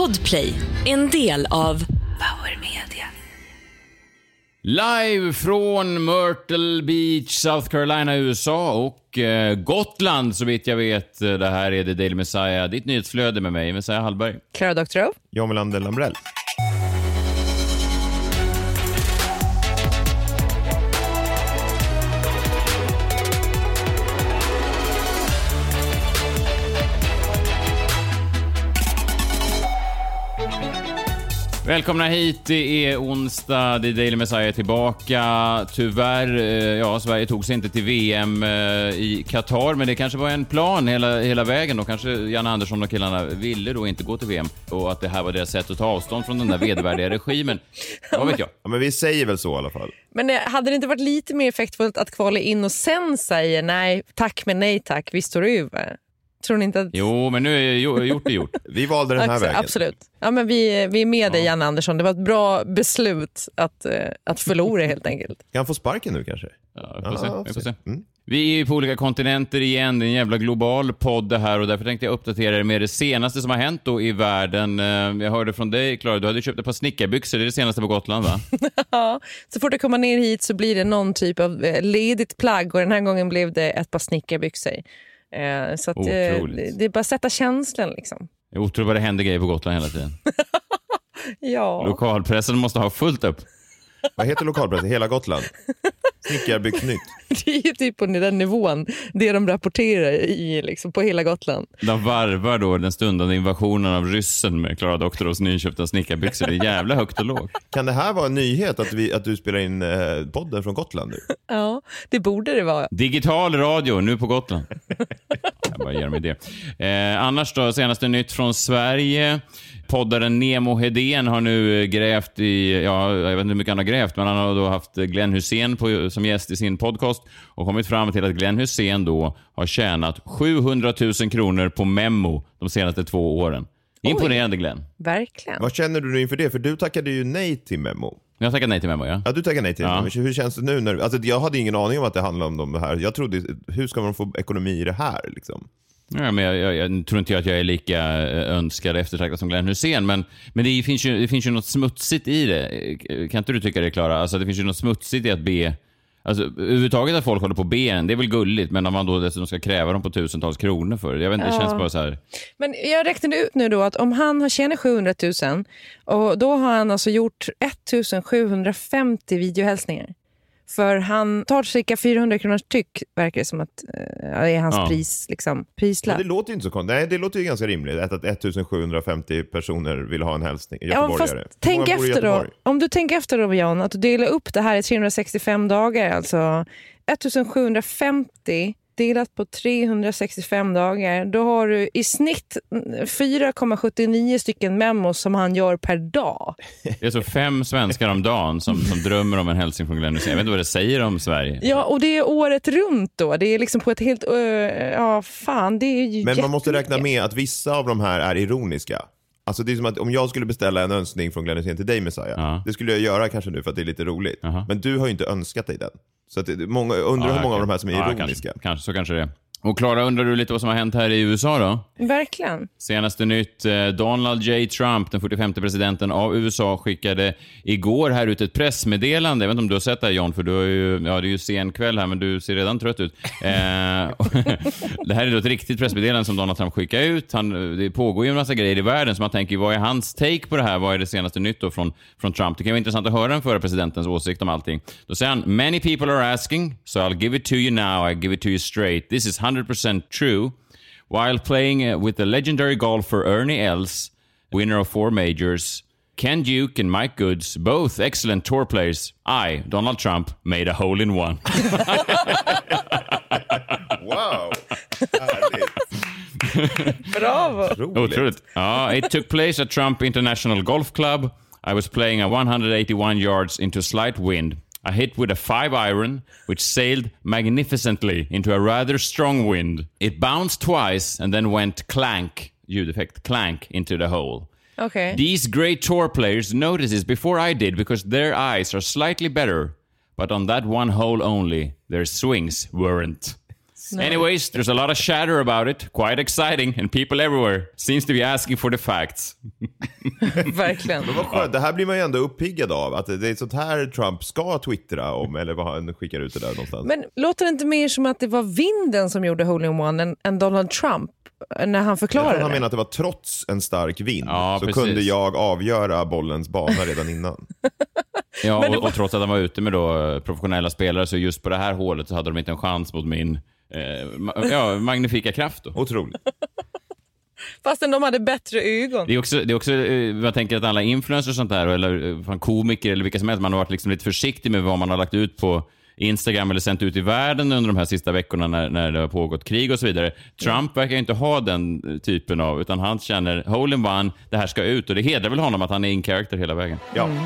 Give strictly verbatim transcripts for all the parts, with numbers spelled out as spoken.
Podplay, en del av Power Media. Live från Myrtle Beach, South Carolina, U S A och eh, Gotland, så vitt jag vet. Det här är The Daily Messiah, ditt nyhetsflöde med mig, Messiah Hallberg. Clara Doctorow. John Melander Lambrell. Välkomna hit, det är onsdag, det är Daily Messiah tillbaka. Tyvärr, ja, Sverige tog sig inte till V M i Qatar, men det kanske var en plan hela, hela vägen. Och kanske Janne Andersson och killarna ville då inte gå till V M. Och att det här var deras sätt att ta avstånd från den där vedervärdiga regimen. Vad vet jag? Ja, men vi säger väl så i alla fall. Men hade det inte varit lite mer effektfullt att kvala in och sen säga nej tack men nej tack, vi står över? Tror ni inte att... Jo, men nu är gjort det gjort. Vi valde den här Absolut, vägen. Absolut. Ja, men vi, vi är med dig, ja. Janne Andersson. Det var ett bra beslut att, att förlora helt enkelt. Kan han få sparken nu kanske? Ja, vi får se. Ja, Vi, får se. Mm. Vi är ju på olika kontinenter igen. Det är en jävla global podd det här. Och därför tänkte jag uppdatera er med det senaste som har hänt då i världen. Jag hörde från dig, Clara, du hade köpt ett par snickarbyxor. Det är det senaste på Gotland, va? Ja, så fort du kommer ner hit så blir det någon typ av ledigt plagg. Och den här gången blev det ett par snickarbyxor. Så att det, det är bara att sätta känslan liksom. Jag är otroligt vad det händer grejer på Gotland hela tiden. Ja. Lokalpressen måste ha fullt upp. Vad heter lokalpressen? Hela Gotland? Snickarbyggt nytt. Det är ju typ på den nivån det de rapporterar i liksom, på hela Gotland. De varvar då den stundande invasionen av ryssen med Clara Doctorows nyköpta snickarbyxor. Det är jävla högt och lågt. Kan det här vara en nyhet att, vi, att du spelar in eh, podden från Gotland nu? Ja, det borde det vara. Digital radio nu på Gotland. Jag bara ger mig det. Eh, annars då, senaste nytt från Sverige. Poddaren Nemo Hedén har nu grävt i, ja, jag vet inte hur mycket han har grävt, men han har då haft Glenn Hussein på, som gäst i sin podcast och kommit fram till att Glenn Hussein då har tjänat sjuhundratusen kronor på Memo de senaste två åren. Imponerande, Glenn. Verkligen. Vad känner du inför det? För du tackade ju nej till Memo. Jag tackade nej till Memo, ja. Ja, du tackade nej till ja. Memo. Hur känns det nu? När, alltså, jag hade ingen aning om att det handlade om de här. Jag trodde, hur ska man få ekonomi i det här liksom? Ja, men jag, jag, jag tror inte att jag är lika önskad eftertraktad som Glenn Hussein, men, men det, finns ju, det finns ju något smutsigt i det. Kan inte du tycka det, Clara? Alltså, det finns ju något smutsigt i att be. Alltså, överhuvudtaget att folk håller på be en, det är väl gulligt, men om man då dessutom ska kräva dem på tusentals kronor för det. Jag vet inte, ja. Det känns bara så här. Men jag räknade ut nu då att om han har tjänat sjuhundratusen och då har han alltså gjort ettusensjuhundrafemtio videohälsningar. För han tar cirka fyrahundra kronors tyck, verkar det som att äh, det är hans ja. pris, liksom, prislapp. Men det låter ju inte så konstigt. Nej, det låter ju ganska rimligt att ettusensjuhundrafemtio personer vill ha en hälsning. Ja, fast tänk efter då. Om du tänker efter då, Jan, att du delar upp det här i trehundrasextiofem dagar, alltså ettusensjuhundrafemtio delat på trehundrasextiofem dagar, då har du i snitt fyra komma sjuttionio stycken memos som han gör per dag. Det är så fem svenskar om dagen som, som drömmer om en hälsning från Glenn Hussein. Jag vet inte vad det säger om Sverige. Ja, och det är året runt då. Det är liksom på ett helt... Uh, ja, fan, det är ju Men man måste räkna med att vissa av de här är ironiska. Alltså det är som att om jag skulle beställa en önskning från Glenn Hussein till dig, Messiah, ja. Det skulle jag göra kanske nu för att det är lite roligt. Uh-huh. Men du har ju inte önskat dig den. Så att det, många, undrar ja, hur många okay. av de här som är ja, ironiska. Kanske, kanske, så kanske det är. Och Clara, undrar du lite vad som har hänt här i U S A då? Verkligen. Senaste nytt, Donald J. Trump, den fyrtiofemte presidenten av U S A, skickade igår här ut ett pressmeddelande. Jag vet inte om du har sett det här, John, för du har ju, ja, det är ju sen kväll här, men du ser redan trött ut. eh, det här är då ett riktigt pressmeddelande som Donald Trump skickar ut. Han, det pågår ju en massa grejer i världen som man tänker, vad är hans take på det här? Vad är det senaste nytt då från, från Trump? Det kan vara intressant att höra den förra presidentens åsikt om allting. Då säger han, many people are asking, so I'll give it to you now, I give it to you straight. This is one hundred percent true. While playing with the legendary golfer Ernie Els, winner of four majors, Ken Duke and Mike Goods, both excellent tour players, I, Donald Trump, made a hole-in-one. Wow! Bravo! Otroligt. Ja, it took place at Trump International Golf Club. I was playing a one hundred eighty-one yards into slight wind. I hit with a five iron, which sailed magnificently into a rather strong wind. It bounced twice and then went clank, ljudeffekt, clank, into the hole. Okay. These great tour players noticed this before I did because their eyes are slightly better, but on that one hole only, their swings weren't. No. Anyways, there's a lot of chatter about it, quite exciting, and people everywhere seems to be asking for the facts. Verkligen. Men vad skönt, det här blir man ju ändå uppiggad av. Att det är sånt här Trump ska twittra om, eller vad han skickar ut det där någonstans. Men låter det inte mer som att det var vinden som gjorde hole in one än, än Donald Trump när han förklarade jag tror han det? menar att det var trots en stark vind ja, så precis. kunde jag avgöra bollens bana redan innan. Ja, och, och trots att han var ute med då professionella spelare så just på det här hålet så hade de inte en chans mot min eh, ma- ja, magnifika kraft då. Otroligt. Fastän de hade bättre ögon. Det är också, det är också jag tänker att alla influencers och sånt där eller fan, komiker eller vilka som helst, man har varit liksom lite försiktig med vad man har lagt ut på Instagram eller sänt ut i världen under de här sista veckorna när, när det har pågått krig och så vidare. Trump verkar ju inte ha den typen av, utan han känner hole in one, det här ska ut, och det hedrar väl honom att han är in character hela vägen. Ja. Mm.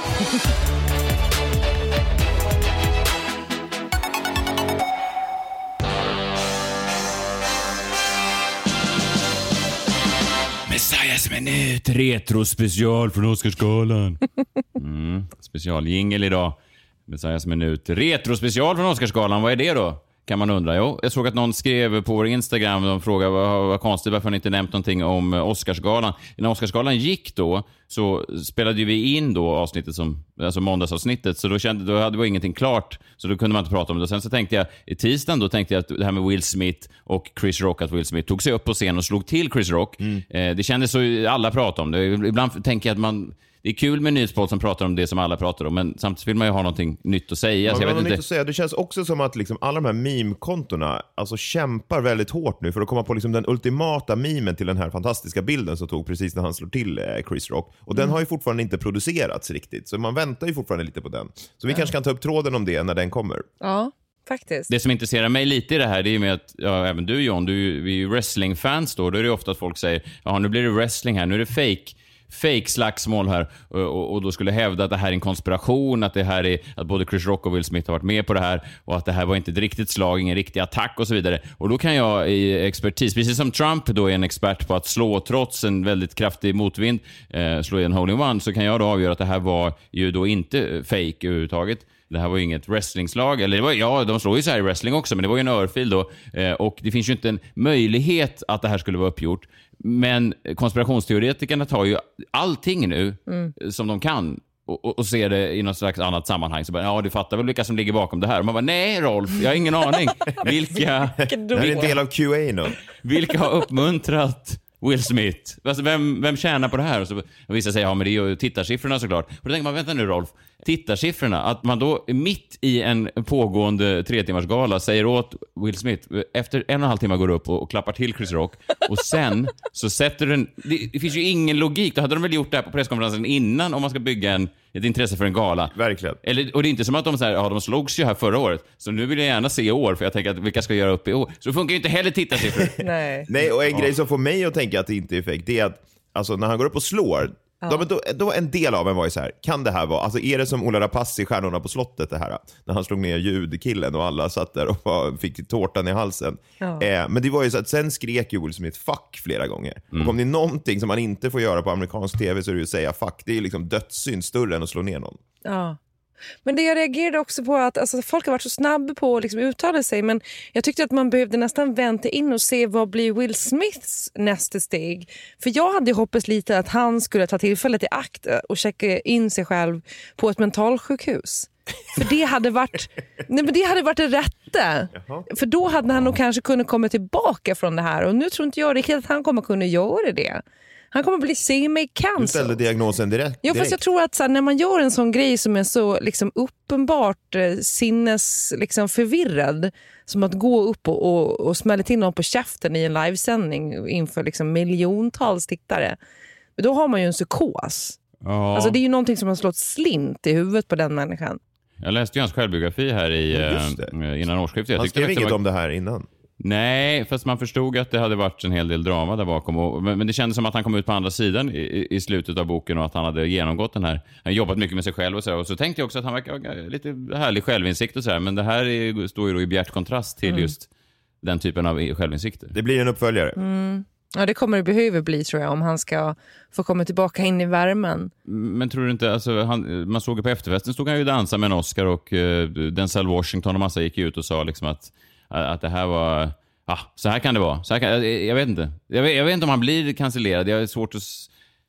Messiahs minut, retrospecial från Oscarsgalan. Mm, specialjingel idag. Messiahs minut, retrospecial från Oscarsgalan. Vad är det då? Kan man undra. Jo, jag såg att någon skrev på vår Instagram och frågade vad, vad konstigt varför han inte nämnt någonting om Oscarsgalan. När Oscarsgalan gick då så spelade vi in då avsnittet som, alltså måndagsavsnittet, så då kände då hade det ingenting klart, så då kunde man inte prata om det. Och sen så tänkte jag i tisdagen då tänkte jag att det här med Will Smith och Chris Rock, att Will Smith tog sig upp på scen och slog till Chris Rock. Mm. Eh, det kändes så, alla pratade om det. Ibland tänker jag att man det är kul med nyhetspodd som pratar om det som alla pratar om, men samtidigt vill man ju ha någonting nytt att säga. Man så jag vet inte... inte. Att säga. Det känns också som att liksom alla de här meme-kontorna alltså kämpar väldigt hårt nu för att komma på liksom den ultimata memen till den här fantastiska bilden som tog precis när han slår till Chris Rock. Och den mm. har ju fortfarande inte producerats riktigt, så man väntar ju fortfarande lite på den. Så vi ja. kanske kan ta upp tråden om det när den kommer. Ja. Faktiskt. Det som intresserar mig lite i det här, det är ju med att ja, även du John, du, vi är ju wrestlingfans då. Då är det ofta att folk säger, ja nu blir det wrestling här, nu är det fake. fake slagsmål här och, och, och då skulle hävda att det här är en konspiration, att det här är att både Chris Rock och Will Smith har varit med på det här och att det här var inte ett riktigt slag, ingen riktig attack och så vidare. Och då kan jag i expertis, precis som Trump då är en expert på att slå trots en väldigt kraftig motvind, eh, slå i en hole in one, så kan jag då avgöra att det här var ju då inte fake överhuvudtaget. Det här var ju inget wrestlingslag, eller det var, ja, de slår ju så här i wrestling också, men det var ju en örfil då, eh, och det finns ju inte en möjlighet att det här skulle vara uppgjort. Men konspirationsteoretikerna tar ju allting nu mm. som de kan och, och, och ser det i något slags annat sammanhang. Så bara, ja, du fattar väl vilka som ligger bakom det här. Och man bara, nej Rolf, jag har ingen aning. Vilka, det här är en del av Q A nu. Vilka har uppmuntrat Will Smith? Alltså, vem, vem tjänar på det här? Och så vissa säger, ja men det är ju tittarsiffrorna såklart. Och då tänker man, vänta nu Rolf, tittarsiffrorna, att man då mitt i en pågående tre timmars gala säger åt Will Smith, efter en och en halv timme går upp och, och klappar till Chris Rock, och sen så sätter den, det, det finns ju ingen logik, då hade de väl gjort det här på presskonferensen innan om man ska bygga en, ett intresse för en gala. Verkligen. Eller, och det är inte som att de säger, ja de slogs ju här förra året, så nu vill jag gärna se i år, för jag tänker att vilka ska göra upp i år. Så det funkar ju inte heller tittarsiffror. Nej. Nej, och en ja. grej som får mig att tänka att det inte är fake, det är att alltså, när han går upp och slår, ja. då, då, då en del av en var ju så här, kan det här vara, alltså är det som Ola Rapace i Stjärnorna på slottet det här, när han slog ner ljudkillen och alla satt där och var, fick tårtan i halsen. Ja. Eh, men det var ju så att sen skrek ju Will Smith fuck flera gånger. Mm. Och om det är någonting som man inte får göra på amerikansk tv så är det ju att säga fuck. Det är ju liksom dödssynd större än att slå ner någon. Ja. Men det jag reagerade också på att alltså, folk har varit så snabba på att liksom uttala sig, men jag tyckte att man behövde nästan vänta in och se vad blir Will Smiths nästa steg. För jag hade hoppats lite att han skulle ta tillfället i akt och checka in sig själv på ett mentalsjukhus. För det hade varit nej, men det hade varit det rätta. Jaha. För då hade han nog kanske kunnat komma tillbaka från det här, och nu tror inte jag riktigt att han kommer kunna göra det. Han kommer bli semi-cancelled. Du ställde diagnosen direkt. Ja, fast jag tror att så här, när man gör en sån grej som är så liksom, uppenbart eh, sinnes liksom, förvirrad, som att gå upp och, och, och smälla till någon på käften i en livesändning inför liksom, miljontals tittare, då har man ju en psykos. Ja. Alltså, det är ju någonting som har slått slint i huvudet på den människan. Jag läste ju hans självbiografi här i, eh, innan årsskiftet. Han skrev inget var... om det här innan. Nej, fast man förstod att det hade varit en hel del drama där bakom. Och, men, men det kändes som att han kom ut på andra sidan i, i slutet av boken och att han hade genomgått den här. Han jobbat mycket med sig själv och så. Och så tänkte jag också att han verkar lite härlig självinsikt och så här. Men det här är, står ju då i bjärt kontrast till mm. just den typen av självinsikter. Det blir en uppföljare. Mm. Ja, det kommer det behöva bli, tror jag, om han ska få komma tillbaka in i värmen. Men tror du inte, alltså, han, man såg på efterfesten, stod han ju dansa med en Oscar och uh, Denzel Washington och massa gick ut och sa liksom att att det här var, ja, så här kan det vara. Så här kan, jag, jag vet inte. Jag vet, jag vet inte om han blir cancellerad. Jag är svårt att,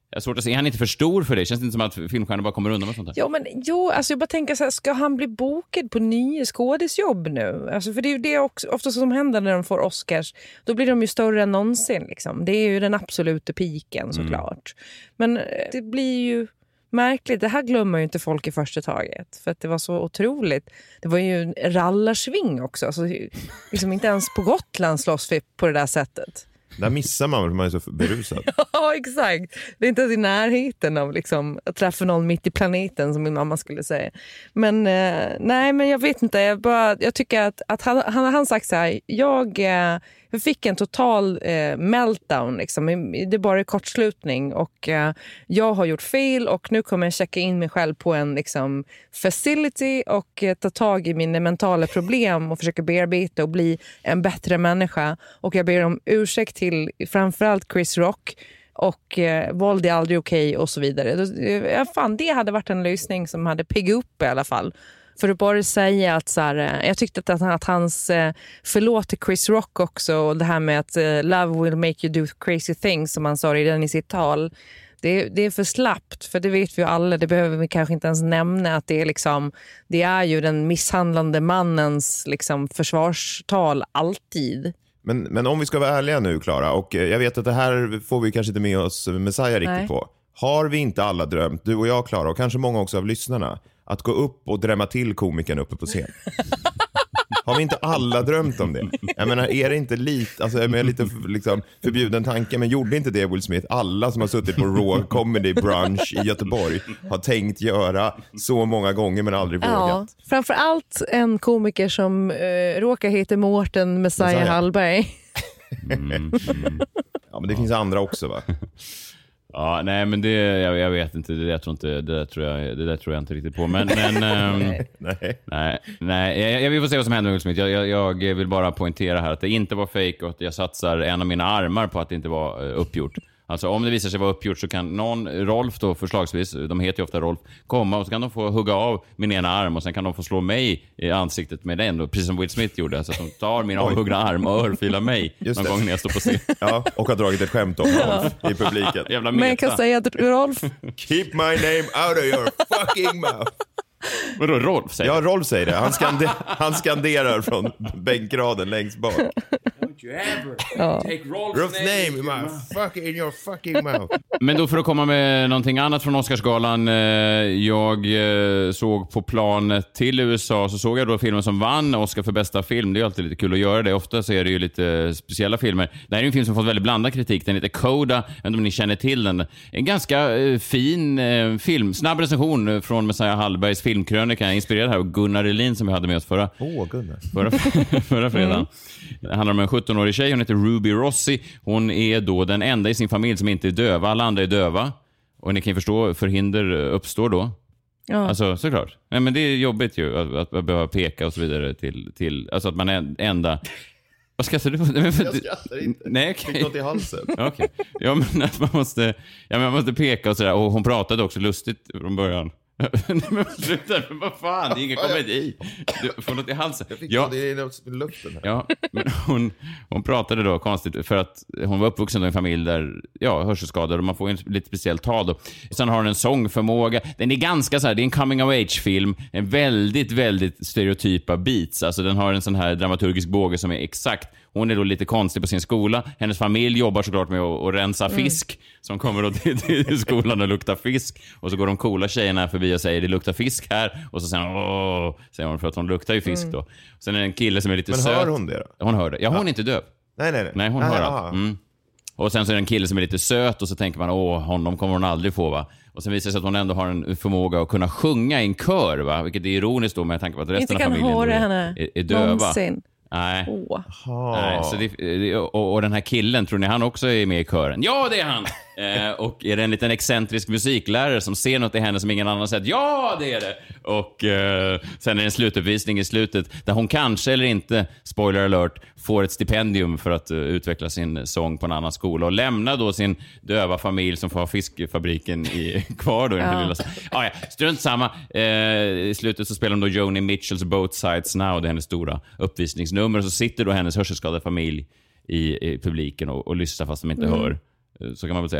Jag är svårt att se. Är han inte för stor för det? Känns det inte som att filmstjärnor bara kommer undan med sånt här? Jo, men jo, alltså jag bara tänker så här, ska han bli bokad på nya skådisjobb nu? Alltså, för det är ju det också, ofta som händer när de får Oscars. Då blir de ju större än någonsin. Liksom. Det är ju den absoluta piken såklart. Mm. Men det blir ju märkligt. Det här glömmer ju inte folk i första taget. För att det var så otroligt. Det var ju en rallarsving också. Alltså, liksom inte ens på Gotland slåss vi på det där sättet. Där missar man, för man är så berusad. Ja, exakt. Det är inte ens i närheten av liksom, att träffa någon mitt i planeten, som min mamma skulle säga. Men eh, nej, men jag vet inte. Jag, bara, jag tycker att, att han, han, han sagt så här, jag, eh, jag fick en total eh, meltdown. Liksom. Det är bara kortslutning. Och eh, jag har gjort fel och nu kommer jag checka in mig själv på en liksom, facility och eh, ta tag i mina mentala problem och försöka bearbeta och bli en bättre människa. Och jag ber om ursäkt till framförallt Chris Rock och eh, våld är aldrig okej okay och så vidare. Ja, fan, det hade varit en lösning som hade piggat upp i alla fall. För att bara säga att så här, jag tyckte att, att hans eh, förlåt till Chris Rock också, och det här med att eh, love will make you do crazy things, som han sa redan i sitt tal, det, det är för slappt, för det vet vi ju alla, det behöver vi kanske inte ens nämna, att det är liksom, det är ju den misshandlande mannens liksom försvarstal alltid. Men, men om vi ska vara ärliga nu, Klara, och jag vet att det här får vi kanske inte med oss Messiah riktigt Nej. på. Har vi inte alla drömt, du och jag, Klara, och kanske många också av lyssnarna, att gå upp och drämma till komikern uppe på scen? Har vi inte alla drömt om det? Jag menar, är det inte lite, alltså jag menar, lite liksom förbjuden tanke, men gjorde inte det Will Smith? Alla som har suttit på Raw Comedy Brunch i Göteborg har tänkt göra så många gånger men aldrig vågat. Ja, framförallt en komiker som eh, råkar heta Mårten Messiah, Messiah. Hallberg. Mm, mm. Ja, men det finns andra också, va? Ja, nej, men det, jag, jag vet inte, det där tror inte, det där tror jag, det där tror jag inte riktigt på, men, men um, nej, nej, nej, jag, jag vill få se vad som händer med Will Smith. Jag, jag, jag vill bara poängtera här att det inte var fake och att jag satsar en av mina armar på att det inte var uh, uppgjort. Alltså om det visar sig vara uppgjort så kan någon, Rolf då förslagsvis, de heter ju ofta Rolf, komma och så kan de få hugga av min ena arm och sen kan de få slå mig i ansiktet med den då, precis som Will Smith gjorde, så att de tar min avhuggna arm och örfilar mig Just någon det. gång när jag står på scen. Ja, och har dragit ett skämt om Rolf i publiken. Jävla Men jag kan säga att Rolf... Keep my name out of your fucking mouth. Vadå, Rolf säger Ja, Rolf säger det. Han, skande- han skanderar från bänkraden längst bak. Don't you ever ja. take Rolf's, Rolf's name, name in my fucking, in your fucking mouth. Men då för att komma med någonting annat från Oscarsgalan. Eh, jag eh, såg på planet till U S A, så såg jag då filmen som vann Oscar för bästa film. Det är alltid lite kul att göra det. Ofta så är det ju lite speciella filmer. Det här är en film som fått väldigt blandad kritik. Den heter Coda. Jag vet inte om ni känner till den. En ganska eh, fin eh, film. Snabb recension från Messiah Hallbergs filmkrönika, inspirerad här av Gunnar Elin som vi hade med oss förra, oh, Gunnar. förra, förra fredagen. Mm. Det handlar om en sjuttonårig tjej, hon heter Ruby Rossi. Hon är då den enda i sin familj som inte är döva. Alla andra är döva. Och ni kan ju förstå, förhinder uppstår då. Ja. Alltså, såklart. Nej, men det är jobbigt ju att, att behöva peka och så vidare till, till alltså att man är enda... Vad skrattar du på? Jag skrattar inte. Nej, okej. Fick något i halsen. Okej. Ja, men att man måste, ja, men man måste peka och sådär. Och hon pratade också lustigt från början. Nej, men sluta, men vad fan, det är ingen komedi. Du får något i halsen. Jag fick ja. något i luften här. Ja, men hon, hon pratade då konstigt för att hon var uppvuxen i en familj där, ja, hörselskadade och man får en lite speciell tal då. Sen har hon en sångförmåga. Den är ganska så här, det är en coming of age-film. En väldigt, väldigt stereotypa beats. Alltså den har en sån här dramaturgisk båge som är exakt. Hon är då lite konstig på sin skola. Hennes familj jobbar såklart med att, att rensa fisk. Mm. Som kommer då till, till skolan och luktar fisk. Och så går de coola tjejerna förbi och säger det luktar fisk här. Och så säger hon åh, säger hon för att hon luktar ju fisk då. Sen är det en kille som är lite Men söt. Men hör hon det då? Hon hör det. Ja, hon ja. är inte döv. Nej, nej, nej. Nej, hon nej, hör allt. Mm. Och sen så är det en kille som är lite söt och så tänker man, åh, honom kommer hon aldrig få, va? Och sen visar det sig att hon ändå har en förmåga att kunna sjunga i en kör, va? Vilket är ironiskt då med tanke på att resten av familjen är, är, är döva. Någonsin. Nej. Oh. Nej, så det, och, och den här killen, tror ni han också är med i kören? Ja, det är han! eh, och är det en liten excentrisk musiklärare som ser något i henne som ingen annan har sett? Ja, det är det! Och eh, sen är det en slutuppvisning i slutet där hon kanske eller inte, spoiler alert, får ett stipendium för att uh, utveckla sin sång på en annan skola och lämna då sin döva familj som får ha fiskfabriken i, kvar då. Ja. Lilla, ah, ja, strunt samma. Eh, I slutet så spelar de då Joni Mitchells Both Sides Now, det är hennes stora uppvisningsnummer, och så sitter då hennes hörselskadade familj i, i publiken och, och lyssnar fast de inte mm. hör. Så kan man väl säga.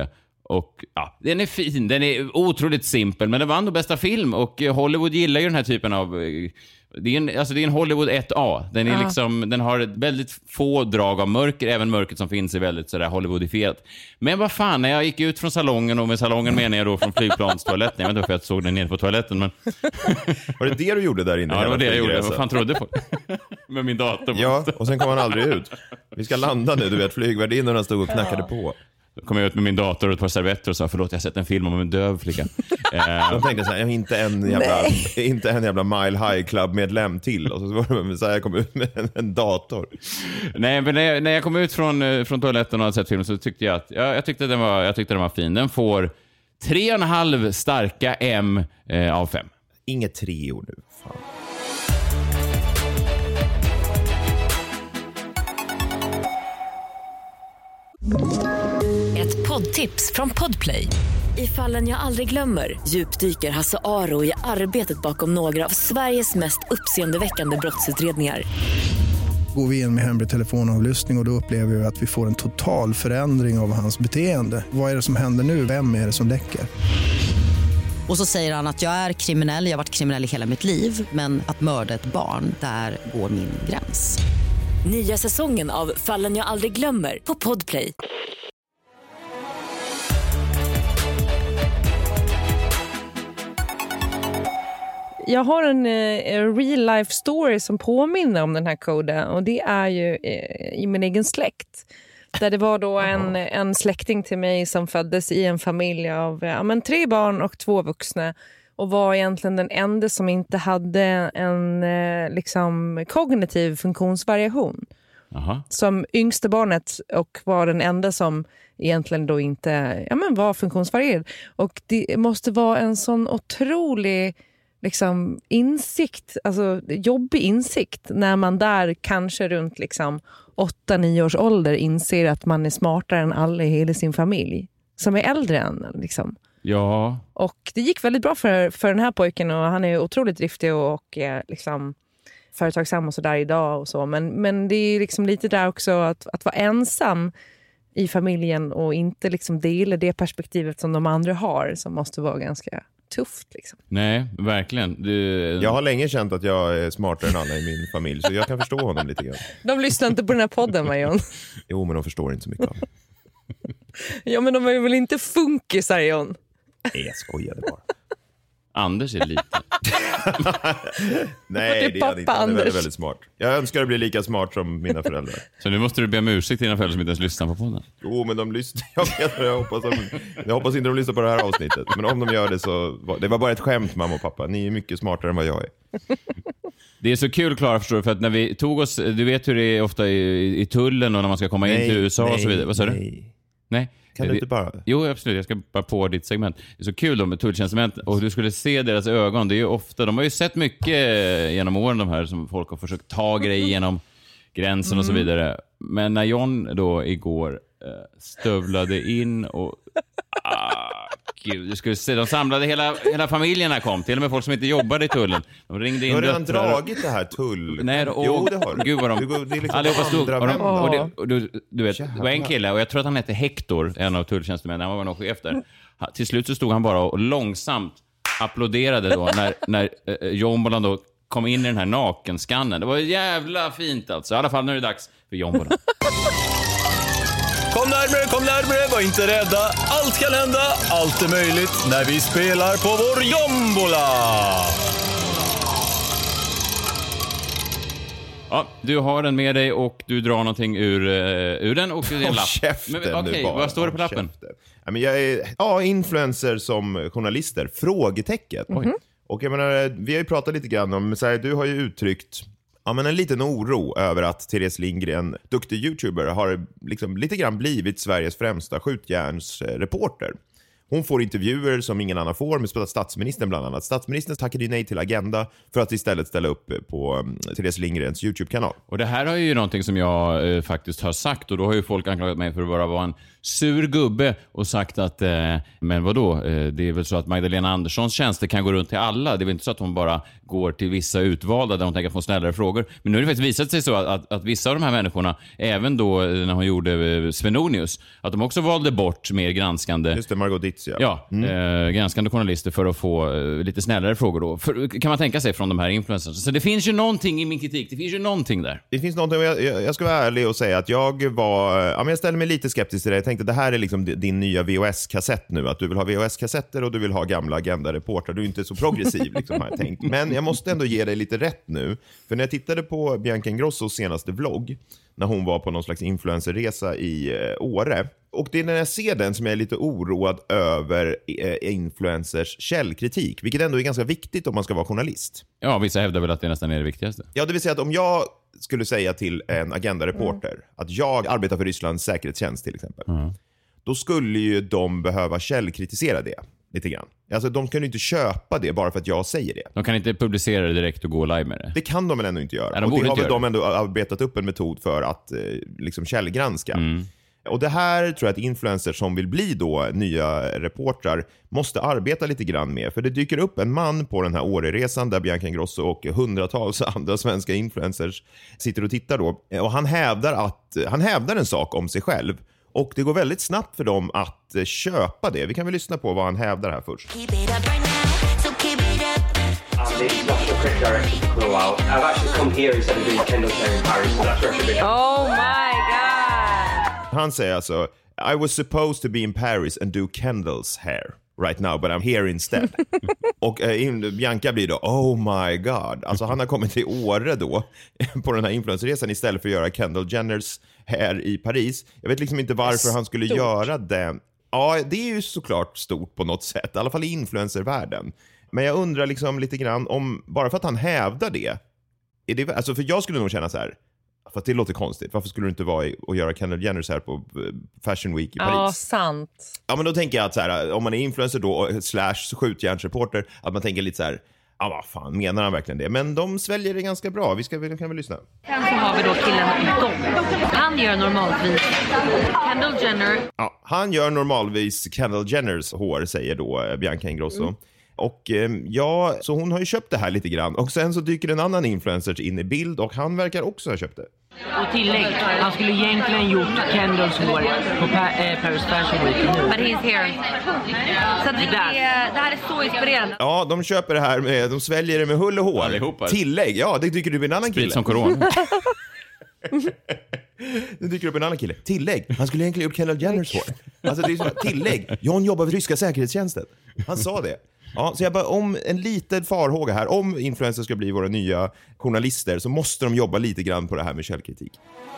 Och ja, den är fin, den är otroligt simpel, men den vann då bästa film och Hollywood gillar ju den här typen av... Det är en, alltså det är en Hollywood ett A. Den, är ja. liksom, den har ett väldigt få drag av mörker. Även mörkret som finns är väldigt sådär Hollywoodifierat. Men vad fan, när jag gick ut från salongen, och med salongen menar jag då från flygplanstoaletten. Jag vet inte varför jag såg den nere på toaletten. Men... Var det det du gjorde där inne? Ja, det var det jag gjorde. Vad fan trodde folk? Med min dator. Ja, och sen kom han aldrig ut. Vi ska landa nu, du vet, flygvärdinnorna stod och knackade ja. på. Då kom jag ut med min dator och ett par servetter och sa, förlåt, jag har sett en film om en döv flicka. De tänkte så här, jag inte en jävla, inte en jävla Mile High Club-medlem till. Och så var det så här, jag kom ut med en, en dator. Nej, men när jag, när jag kom ut från, från toaletten och hade sett filmen så tyckte jag att, ja, jag tyckte den var, jag tyckte den var fin. Den får tre och en halv starka M eh, av fem. Inget treor nu, fan. Ett poddtips från Podplay. I Fallen jag aldrig glömmer djupdyker Hasse Aro i arbetet bakom några av Sveriges mest uppseendeväckande brottsutredningar. Går vi in med hemlig telefonavlyssning och, och då upplever vi att vi får en total förändring av hans beteende. Vad är det som händer nu? Vem är det som läcker? Och så säger han att jag är kriminell, jag har varit kriminell i hela mitt liv. Men att mörda ett barn, där går min gräns. Nya säsongen av Fallen jag aldrig glömmer på Podplay. Jag har en eh, real life story som påminner om den här koden, och det är ju eh, i min egen släkt. Där det var då en, en släkting till mig som föddes i en familj av ja, men tre barn och två vuxna. Och var egentligen den enda som inte hade en eh, liksom kognitiv funktionsvariation. Aha. Som yngste barnet, och var den enda som egentligen då inte ja, men var funktionsvarierad. Och det måste vara en sån otrolig liksom, insikt, alltså jobbig insikt, när man där kanske runt liksom, åtta nio års ålder inser att man är smartare än alla i hela sin familj. Som är äldre än liksom. Ja. Och det gick väldigt bra för, för den här pojken, och han är otroligt driftig och, och är liksom företagsam och sådär idag och så. Men, men det är liksom lite där också att, att vara ensam i familjen och inte liksom dela det perspektivet som de andra har, som måste vara ganska tufft liksom. Nej, verkligen. Du... Jag har länge känt att jag är smartare än alla i min familj, så jag kan förstå honom lite grann. De lyssnar inte på den här podden, Marion. Jo, men de förstår inte så mycket av. Ja, men de är väl inte funkisar, John? Nej, jag skojade bara. Anders är liten. Nej, det är han inte. Han är väldigt, väldigt smart. Jag önskar att bli lika smart som mina föräldrar. Så nu måste du be om ursäkt till dina föräldrar som inte ens lyssnar på podden. Jo, men de lyssnar. Jag vet, jag hoppas, de, jag hoppas inte de lyssnar på det här avsnittet. Men om de gör det så... Det var bara ett skämt, mamma och pappa. Ni är mycket smartare än vad jag är. Det är så kul, Klara, förstår du, för att när vi tog oss... Du vet hur det är ofta i, i tullen och när man ska komma nej, in till U S A nej, och så vidare. Vad sa nej. du? Nej. Kan du inte bara... Jo, absolut. Jag ska bara på ditt segment. Det är så kul då med tulltjänstemän. Och du skulle se deras ögon. Det är ju ofta... De har ju sett mycket genom åren, de här, som folk har försökt ta grejer genom gränsen mm. och så vidare. Men när John då igår äh, stövlade in och... Ah, gud, du skulle se, de samlade hela, hela familjen här kom. Till och med folk som inte jobbade i tullen. De ringde in. Du har redan dragit det här tull. Nej, och, jo, det har du. Gud vad de... Det är liksom allihopa stod, och de, och det, och du, du vet, Jävlar. det var en kille, och jag tror att han hette Hector, en av tulltjänstemännen. Han var nog chef där. Till slut så stod han bara och långsamt applåderade då när, när eh, Jombolan då kom in i den här nakenskannen. Det var jävla fint alltså. I alla fall när det är dags för Jombolan. Kom närmare, kom närmare, var inte rädda. Allt kan hända, allt är möjligt när vi spelar på vår Jombola. Ja, du har den med dig och du drar någonting ur, uh, ur den och ur din lapp. Käften, men, okej, bara. Vad står det på lappen? Ja, men jag är ja, influencer som journalister. Frågetecken. Mm-hmm. Och jag menar, vi har ju pratat lite grann om, så här, du har ju uttryckt ja, men en liten oro över att Therese Lindgren, duktig YouTuber, har liksom lite grann blivit Sveriges främsta skjutjärnsreporter. Hon får intervjuer som ingen annan får med statsministern bland annat. Statsministern tackade ju nej till Agenda för att istället ställa upp på um, Therese Lindgrens YouTube-kanal. Och det här är ju någonting som jag eh, faktiskt har sagt, och då har ju folk anklagat mig för att bara vara en sur gubbe och sagt att, eh, men vadå, eh, det är väl så att Magdalena Anderssons tjänster kan gå runt till alla. Det är väl inte så att hon bara går till vissa utvalda där hon tänker få snällare frågor. Men nu har det faktiskt visat sig så att, att, att vissa av de här människorna, även då när hon gjorde Svenonius, att de också valde bort mer granskande... Just det, Margot Ditz, ja. Ja, mm. eh, granskande journalister för att få eh, lite snällare frågor då. För, kan man tänka sig från de här influencers. Så det finns ju någonting i min kritik. Det finns ju någonting där. Det finns någonting, jag, jag, jag ska vara ärlig och säga att jag var... Ja, men jag ställde mig lite skeptisk till det. Jag tänkte att det här är liksom din nya V H S-kassett nu. Att du vill ha V H S-kassetter och du vill ha gamla Agenda-reportrar. Du är inte så progressiv, liksom, har jag tänkt. Men jag måste ändå ge dig lite rätt nu. För när jag tittade på Bianca Ingrossos senaste vlogg, när hon var på någon slags influencerresa i eh, Åre. Och det är när jag ser den som jag är lite oroad över eh, influencers källkritik. Vilket ändå är ganska viktigt om man ska vara journalist. Ja, vissa hävdar väl att det nästan är det viktigaste. Ja, det vill säga att om jag skulle säga till en Agenda-reporter mm. att jag arbetar för Rysslands säkerhetstjänst till exempel. Mm. Då skulle ju de behöva källkritisera det lite grann. Alltså de kan ju inte köpa det bara för att jag säger det. De kan inte publicera det direkt och gå live med det. Det kan de väl ändå inte göra. Nej, de och det har väl göra. de ändå arbetat upp en metod för att eh, liksom källgranska. Mm. Och det här tror jag att influencers som vill bli då nya reportrar måste arbeta lite grann med. För det dyker upp en man på den här Åreresan där Bianca Ingrosso och hundratals andra svenska influencers sitter och tittar då. Och han hävdar, att, han hävdar en sak om sig själv. Och det går väldigt snabbt för dem att eh, köpa det. Vi kan väl lyssna på vad han hävdar här först. I'm the international cricket director for Crew Out. I've actually come here instead of doing Kendall Care in Paris, so that's where I should be. Oh my god! Han säger alltså, I was supposed to be in Paris and do Kendall's hair right now, but I'm here instead. Och eh, Bianca blir då, oh my god. Alltså han har kommit till Åre då på den här influencerresan istället för att göra Kendall Jenners här i Paris. Jag vet liksom inte varför han skulle Stort. göra det. Ja, det är ju såklart stort på något sätt, i alla fall i influencervärlden. Men jag undrar liksom lite grann om, bara för att han hävdar det, är det alltså för jag skulle nog känna så här, för att det låter konstigt. Varför skulle du inte vara i, och göra Kendall Jenners här på Fashion Week i Paris? Ja, sant. Ja, men då tänker jag att så här, om man är influencer då slash skjutjärnsreporter, att man tänker lite så här, ja vad fan, menar han verkligen det? Men de sväljer det ganska bra. Vi ska, vi kan väl lyssna. Sen så har vi då killen Dom. Han gör normalvis Kendall Jenner. Ja, han gör normalvis Kendall Jenners hår, säger då Bianca Ingrosso. Mm. Och eh, ja, så hon har ju köpt det här lite grann. Och sen så dyker en annan influencer in i bild och han verkar också ha köpt det. Och tillägg, han skulle egentligen gjort Kendalls hår på pa- äh, Paris Fashion Week nu. But he's here. Så att det, är, det här är så inspirerande. Ja, de köper det här med, de sväljer det med hull och hår. Allihopa. Tillägg, ja, det dyker du med en annan kille. Sprit som corona. Nu dyker upp en annan kille. Tillägg, han skulle egentligen upp Kendall Jenners hår. Alltså det är så, tillägg, John jobbar för ryska säkerhetstjänsten. Han sa det. Ja, så jag bara, om en liten farhåga här, om influencers ska bli våra nya journalister så måste de jobba lite grann på det här med källkritik.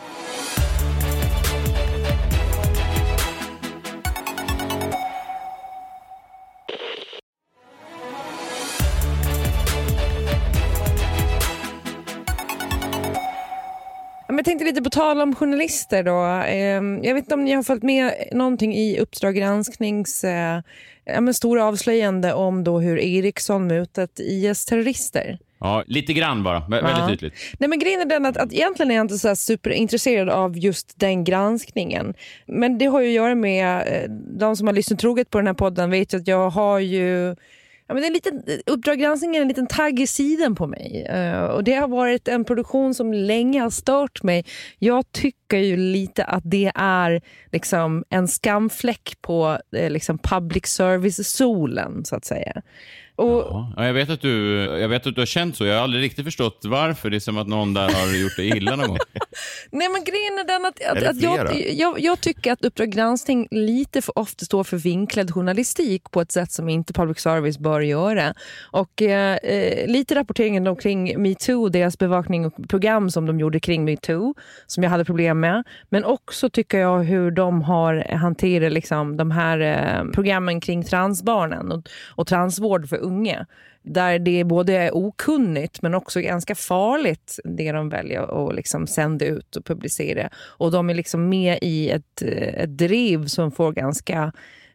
Jag tänkte lite på tal om journalister då. Jag vet inte om ni har följt med någonting i Uppdrag gransknings ja, men stora avslöjande om då hur Ericsson mutat I S-terrorister. Ja, lite grann bara. Vä- väldigt ja. tydligt. Nej, men grejen är den att, att egentligen är jag inte så här superintresserad av just den granskningen. Men det har ju att göra med de som har lyssnat troget på den här podden vet ju att jag har ju... Ja, men det är en liten, Uppdrag granskning är en liten tagg i sidan på mig. Uh, och det har varit en produktion som länge har stört mig. Jag tycker ju lite att det är liksom en skamfläck på uh, liksom public service-solen, så att säga. Och, ja, jag vet att du jag vet att du har känt så. Jag har aldrig riktigt förstått varför. Det är som att någon där har gjort det illa någon gång. Nej, men grejen är den att, att, att jag, jag, jag tycker att Uppdrag granskning lite för ofta står för vinklad journalistik på ett sätt som inte public service bör göra. Och eh, lite rapporteringen då kring MeToo, deras bevakning och program som de gjorde kring MeToo, som jag hade problem med. Men också tycker jag hur de har hanterat liksom, de här eh, programmen kring transbarnen och, och transvård för unga. Där det både är okunnigt men också ganska farligt det de väljer att liksom sända ut och publicera. Och de är liksom med i ett, ett driv som får ganska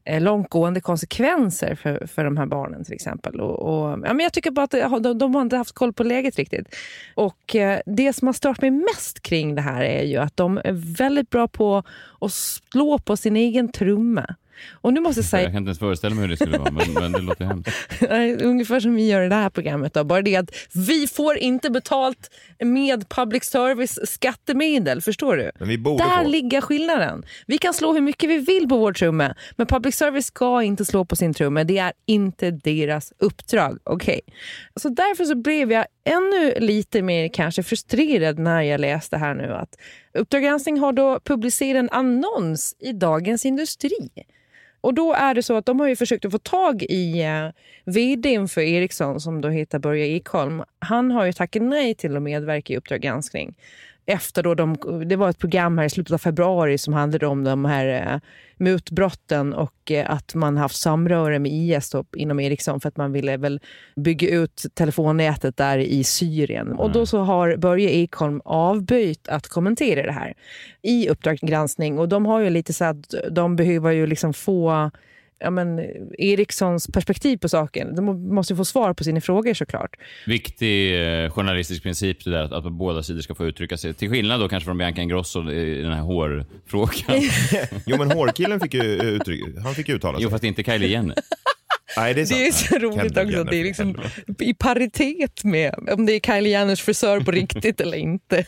långtgående konsekvenser för, för de här barnen till exempel. Och, och, ja, men jag tycker bara att de, de har inte haft koll på läget riktigt. Och eh, det som har stört mig mest kring det här är ju att de är väldigt bra på att slå på sin egen trumma. Och nu måste jag säga... Jag kan inte ens föreställa mig hur det skulle vara, men, men det låter hemskt. Ungefär som vi gör i det här programmet då. Bara det att vi får inte betalt med public service skattemedel, förstår du? Men vi borde Där få. ligger skillnaden. Vi kan slå hur mycket vi vill på vår trumma, men public service ska inte slå på sin trumma. Det är inte deras uppdrag, okej? Okay. Så därför så blev jag ännu lite mer kanske frustrerad när jag läste här nu att Uppdrag granskning har då publicerat en annons i Dagens Industri. Och då är det så att de har ju försökt att få tag i eh, vdn för Ericsson som då heter Börje Ekholm. Han har ju tackat nej till att medverka i Uppdrag granskning. Efter då de, det var ett program här i slutet av februari som handlade om de här eh, mutbrotten och eh, att man haft samröre med I S då, inom Ericsson för att man ville väl bygga ut telefonnätet där i Syrien. Mm. Och då så har Börje Ekholm avböjt att kommentera det här i Uppdrag granskning. Och de har ju lite så att de behöver ju liksom få... Ja, men Ericssons perspektiv på saken. De måste ju få svar på sina frågor såklart. Viktig eh, journalistisk princip det där att, att båda sidor ska få uttrycka sig. Till skillnad då kanske från Bianca Ingrosso i den här hårfrågan. Jo, men hårkillen fick ju uttrycka, han fick uttala sig. Jo, fast inte Kylie Jenner. Nej, det är sant. Det är så roligt också. Det är liksom i paritet med om det är Kylie Jenners frisör på riktigt eller inte.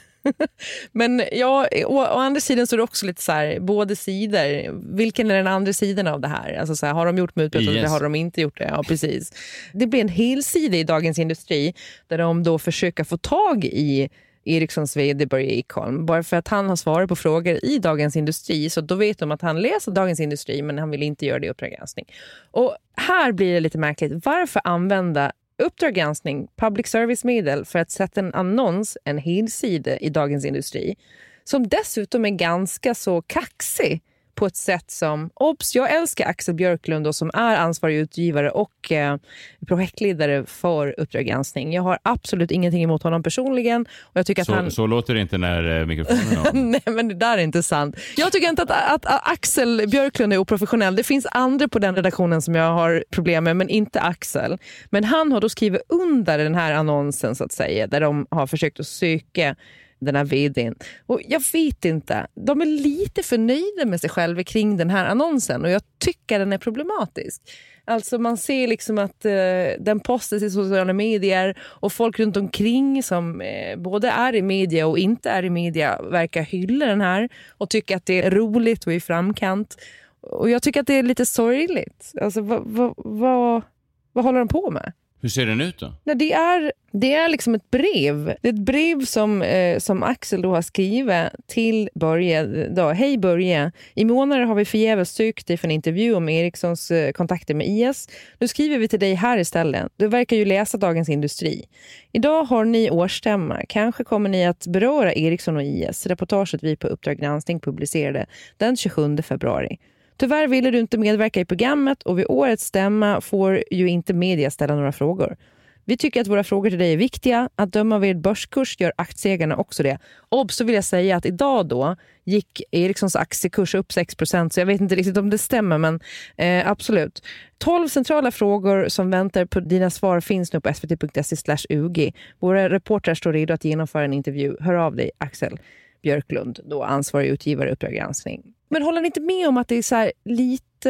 Men ja, å, å andra sidan så är det också lite så här, båda sidor. Vilken är den andra sidan av det här? Alltså så här, har de gjort mutbrott yes. eller har de inte gjort det? Ja, precis. Det blir en hel sida i Dagens Industri där de då försöker få tag i Ericssons vd Börje Ekholm. Bara för att han har svarat på frågor i Dagens Industri så då vet de att han läser Dagens Industri men han vill inte göra det i Uppdrag granskning. Och här blir det lite märkligt. Varför använda Uppdrag granskning, public service-medel för att sätta en annons, en helsida i Dagens Industri som dessutom är ganska så kaxig på ett sätt som, obs, jag älskar Axel Björklund då, som är ansvarig utgivare och eh, projektledare för Uppdrag granskning. Jag har absolut ingenting emot honom personligen. Och jag tycker så, att han... så låter det inte när eh, mikrofonen är. Nej, men det där är inte sant. Jag tycker inte att, att, att Axel Björklund är oprofessionell. Det finns andra på den redaktionen som jag har problem med, men inte Axel. Men han har då skrivit under den här annonsen så att säga, där de har försökt att söka den här vdn. Och jag vet inte, de är lite förnöjda med sig själva kring den här annonsen och jag tycker den är problematisk. Alltså man ser liksom att eh, den postas i sociala medier och folk runt omkring som eh, både är i media och inte är i media verkar hylla den här och tycker att det är roligt och i framkant. Och jag tycker att det är lite sorgligt. Alltså vad, vad, vad, vad håller de på med? Hur ser den ut då? Nej, det är, det är liksom ett brev. Det är ett brev som, eh, som Axel då har skrivit till Börje. Då. Hej Börje, i månader har vi förgäves sökt dig för en intervju om Ericssons eh, kontakter med I S. Nu skriver vi till dig här istället. Du verkar ju läsa Dagens Industri. Idag har ni årsstämma. Kanske kommer ni att beröra Ericsson och I S. Reportaget vi på Uppdrag granskning publicerade den tjugosjunde februari. Tyvärr ville du inte medverka i programmet och vid årets stämma får ju inte media ställa några frågor. Vi tycker att våra frågor till dig är viktiga. Att döma vid börskurs gör aktieägarna också det. Och så vill jag säga att idag då gick Ericssons aktiekurs upp sex procent så jag vet inte riktigt om det stämmer men eh, absolut. tolv centrala frågor som väntar på dina svar finns nu på svt.se slash ug. Våra reportrar står redo att genomföra en intervju. Hör av dig Axel Björklund, då ansvarig utgivare Uppdrag granskning. Men håller ni inte med om att det är så här lite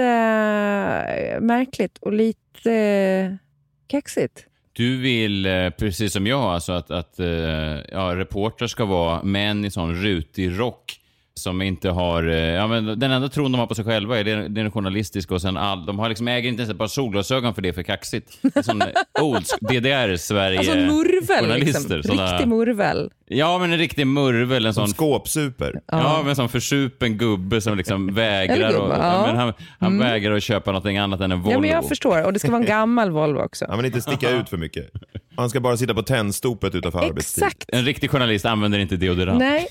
äh, märkligt och lite äh, kaxigt? Du vill, äh, precis som jag, alltså att, att äh, ja, reporter ska vara män i sån rutig rock som inte har, ja men den enda tron de har på sig själva är det, det är journalistisk och sen all, de har liksom äger inte ens ett par solglasögon för det är för kaxigt. Det är sån old D D R-Sverige alltså murvel liksom, såna, riktig murvel. Ja men en riktig murvel, en sån skåpsuper. Ja, ja men en sån försupen gubbe som liksom vägrar gubbe, och, ja. men han, han mm. vägrar att köpa något annat än en Volvo. Ja men jag förstår och det ska vara en gammal Volvo också. Ja men inte sticka ut för mycket. Han ska bara sitta på tändstopet utanför arbetstid. Exakt. En riktig journalist använder inte deodorant. Nej,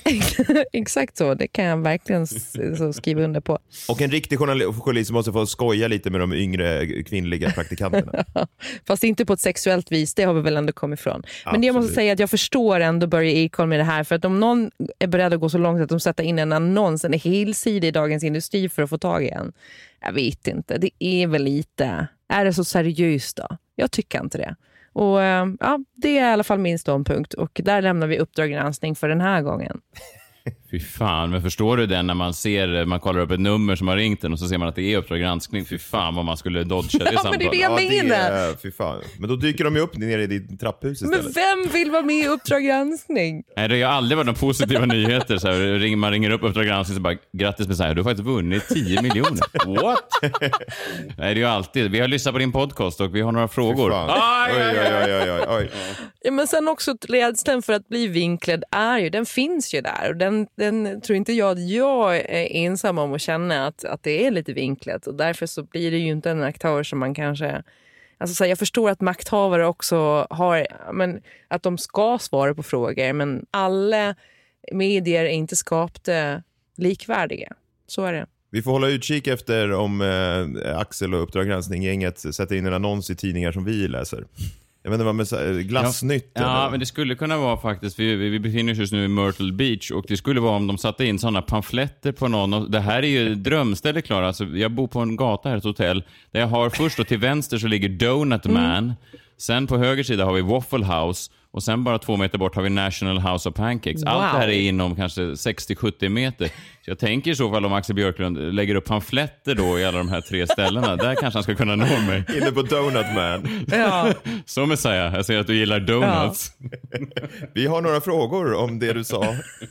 exakt så. Det kan jag verkligen så skriva under på. Och en riktig journalist måste få skoja lite med de yngre kvinnliga praktikanterna. Fast inte på ett sexuellt vis, det har vi väl ändå kommit ifrån. Men Absolut. jag måste säga att jag förstår ändå Börje Ekholm med det här. För att om någon är beredd att gå så långt att de sätter in en annons, en helsida i Dagens Industri för att få tag i en. Jag vet inte, det är väl lite... Är det så seriöst då? Jag tycker inte det. Och ja, det är i alla fall min ståndpunkt. Och där lämnar vi Uppdrag granskning för den här gången. Fy fan, men förstår du den när man ser, man kollar upp ett nummer som har ringt den och så ser man att det är Uppdrag granskning. Fy fan vad man skulle dodga det ja, samtalet. Men det är det jag ja, menar. Det är, fy fan. Men då dyker de ju upp nere i ditt trapphus istället. Men vem vill vara med i Uppdrag granskning? Nej, det har aldrig varit några positiva nyheter. Så här, man ringer upp Uppdrag granskning så bara, grattis med så här, du har faktiskt vunnit tio miljoner. What? Nej, det är ju alltid. Vi har lyssnat på din podcast och vi har några frågor. Aj, oj, oj, oj, oj, oj. Ja, men sen också rädslan för att bli vinklad är ju, den finns ju där. Och den, den tror inte jag att jag är ensam om att känna att, att det är lite vinklat. Och därför så blir det ju inte en aktör som man kanske... Alltså så här, jag förstår att makthavare också har... Men, att de ska svara på frågor. Men alla medier är inte skapade likvärdiga. Så är det. Vi får hålla utkik efter om eh, Axel och Uppdrag granskning-gänget sätter in en annons i tidningar som vi läser. Jag vet inte vad med glassnytt. Ja, ja, men det skulle kunna vara faktiskt, vi, vi befinner oss just nu i Myrtle Beach och det skulle vara om de satte in sådana pamfletter på någon. Det här är ju drömställe, Klara. Alltså, jag bor på en gata här, ett hotell, där jag har först och till vänster så ligger Donut Man. Mm. Sen på höger sida har vi Waffle House. Och sen bara två meter bort har vi National House of Pancakes. Wow. Allt det här är inom kanske sextio till sjuttio meter. Så jag tänker i så fall om Axel Björklund lägger upp pamfletter då i alla de här tre ställena. Där kanske han ska kunna nå mig. Inne på Donut Man. Ja. Så med säga, jag ser att du gillar donuts. Ja. Vi har några frågor om det du sa.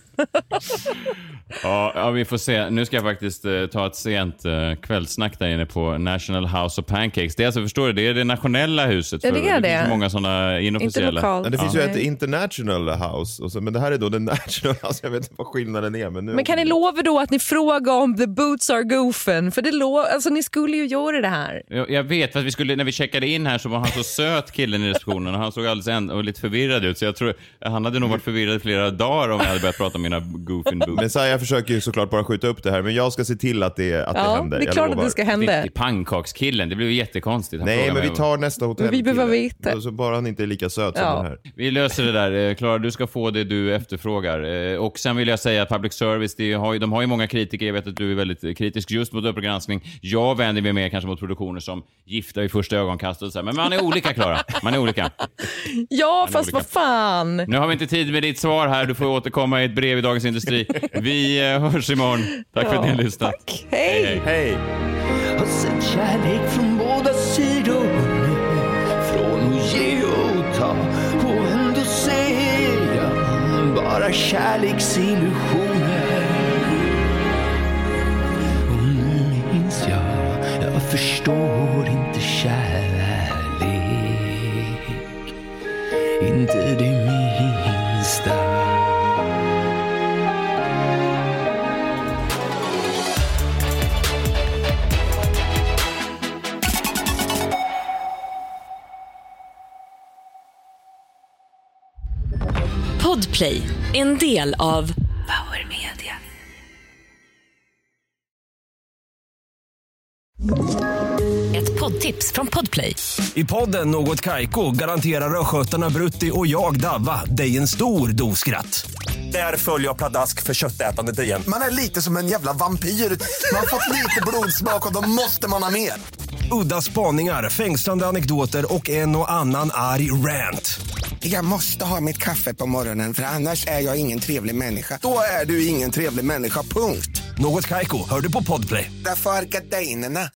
Ja, ja, vi får se. Nu ska jag faktiskt eh, ta ett sent eh, kvällsnack där inne på National House of Pancakes. Det är alltså, förstår du, det är det nationella huset. Ja, det är det. Det finns många sådana inofficiella. Men det finns ja. ju ett international house. Och så, men det här är då den national house. Jag vet inte vad skillnaden är. Men, nu... men kan ni lova då att ni frågar om the boots are goofen? För det lo- alltså, ni skulle ju göra det här. Jag, jag vet, för att vi skulle, när vi checkade in här så var han så söt, killen i receptionen. Och han såg alldeles en, och lite förvirrad ut. Så jag tror, han hade nog varit förvirrad flera dagar om jag hade börjat prata om mina goofin boots. Men så här, jag försöker ju såklart bara skjuta upp det här. Men jag ska se till att det, att ja, det händer. det är klart att det ska hända. Riktig pannkakskillen, det blev ju jättekonstigt. Han Nej, men vi tar nästa hotell. Vi behöver veta. Så bara han inte är lika söt ja. som den här. Vi löser det där. Klara, du ska få det du efterfrågar. Och sen vill jag säga att public service, det har ju, de har ju många kritiker. Jag vet att du är väldigt kritisk just mot Uppdrag granskning. Jag vänder mig mer kanske mot produktioner som Gifta i första ögonkastet. Så här. Men man är olika, Klara. Man är olika. Ja, man fast olika. Vad fan. Nu har vi inte tid med ditt svar här. Du får återkomma i ett brev i Dagens Industri. Vi eh, hörs imorgon. Tack ja, för att ni har lyssnat. Tack. Hej. Hej. Hej. Har sett kärlek från båda sidor, från att ge och ta, och ändå ser jag bara kärleksillusioner. Och nu minns jag, jag förstår inte kärlek, inte det minsta. Podplay, en del av Power Media. Ett poddtips från Podplay. I podden Något Kaiko garanterar röskötarna Brutti och jag Davva dig en stor doskratt. Där följer jag pladask för köttätandet igen. Man är lite som en jävla vampyr. Man har fått lite blodsmak och då måste man ha mer. Udda spaningar, fängslande anekdoter och en och annan arg rant. Jag måste ha mitt kaffe på morgonen för annars är jag ingen trevlig människa. Då är du ingen trevlig människa, punkt. Något Kaiko, hör du på Podplay. Därför är gardinerna.